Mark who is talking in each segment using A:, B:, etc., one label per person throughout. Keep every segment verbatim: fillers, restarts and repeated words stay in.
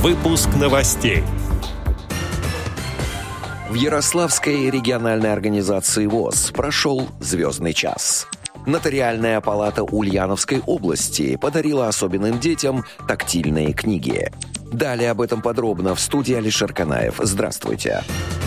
A: Выпуск новостей.
B: В Ярославской региональной организации ВОС прошел «Звездный час». Нотариальная палата Ульяновской области подарила особенным детям тактильные книги. Далее об этом подробно в студии Алишер Канаев. Здравствуйте.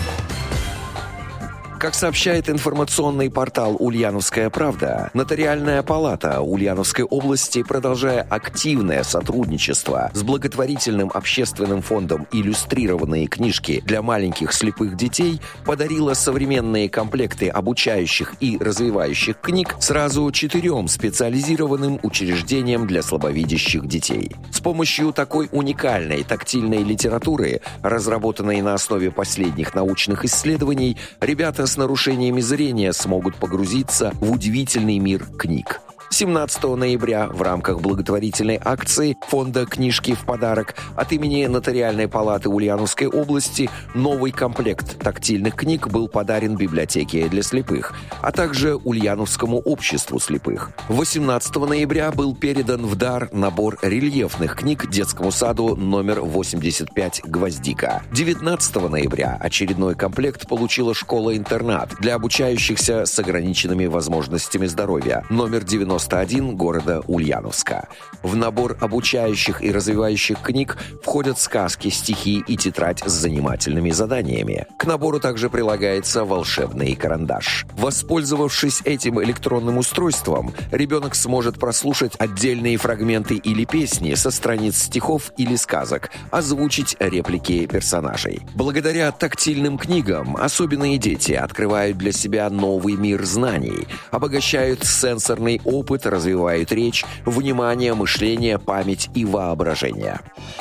B: Как сообщает информационный портал «Ульяновская правда», Нотариальная палата Ульяновской области, продолжая активное сотрудничество с благотворительным общественным фондом «Иллюстрированные книжки для маленьких слепых детей», подарила современные комплекты обучающих и развивающих книг сразу четырем специализированным учреждениям для слабовидящих детей. С помощью такой уникальной тактильной литературы, разработанной на основе последних научных исследований, ребята с нарушениями зрения смогут погрузиться в удивительный мир книг. семнадцатого ноября в рамках благотворительной акции фонда «Книжки в подарок» от имени Нотариальной палаты Ульяновской области новый комплект тактильных книг был подарен библиотеке для слепых, а также Ульяновскому обществу слепых. восемнадцатого ноября был передан в дар набор рельефных книг детскому саду номер восемьдесят пять «Гвоздика». девятнадцатого ноября очередной комплект получила школа-интернат для обучающихся с ограниченными возможностями здоровья номер девяносто один города Ульяновска. В набор обучающих и развивающих книг входят сказки, стихи и тетрадь с занимательными заданиями. К набору также прилагается волшебный карандаш. Воспользовавшись этим электронным устройством, ребенок сможет прослушать отдельные фрагменты или песни со страниц стихов или сказок, озвучить реплики персонажей. Благодаря тактильным книгам особенные дети открывают для себя новый мир знаний, обогащают сенсорный опыт, развивают речь, внимание, мышление, память и воображение.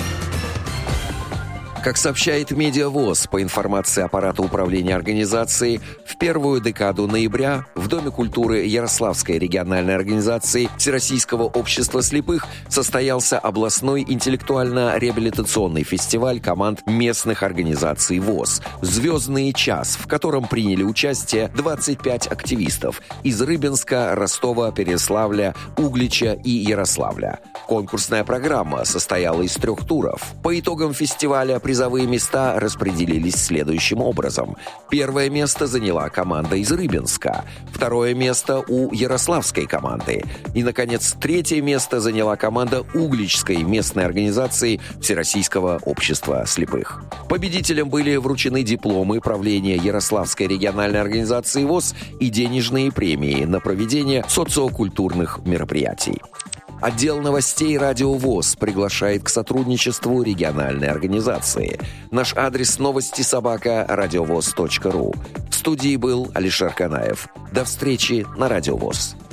B: Как сообщает Медиавоз, по информации аппарата управления организации, в первую декаду ноября в Доме культуры Ярославской региональной организации Всероссийского общества слепых состоялся областной интеллектуально-реабилитационный фестиваль команд местных организаций ВОС «Звездный час», в котором приняли участие двадцать пять активистов из Рыбинска, Ростова, Переяславля, Углича и Ярославля. Конкурсная программа состояла из трех туров. По итогам фестиваля призовые места распределились следующим образом. Первое место заняла команда из Рыбинска, второе место у ярославской команды и, наконец, третье место заняла команда Угличской местной организации Всероссийского общества слепых. Победителям были вручены дипломы правления Ярославской региональной организации ВОС и денежные премии на проведение социокультурных мероприятий. Отдел новостей «Радио ВОС» приглашает к сотрудничеству региональной организации. Наш адрес новости собака радиовоз точка ру. В студии был Алишер Канаев. До встречи на «Радио ВОС».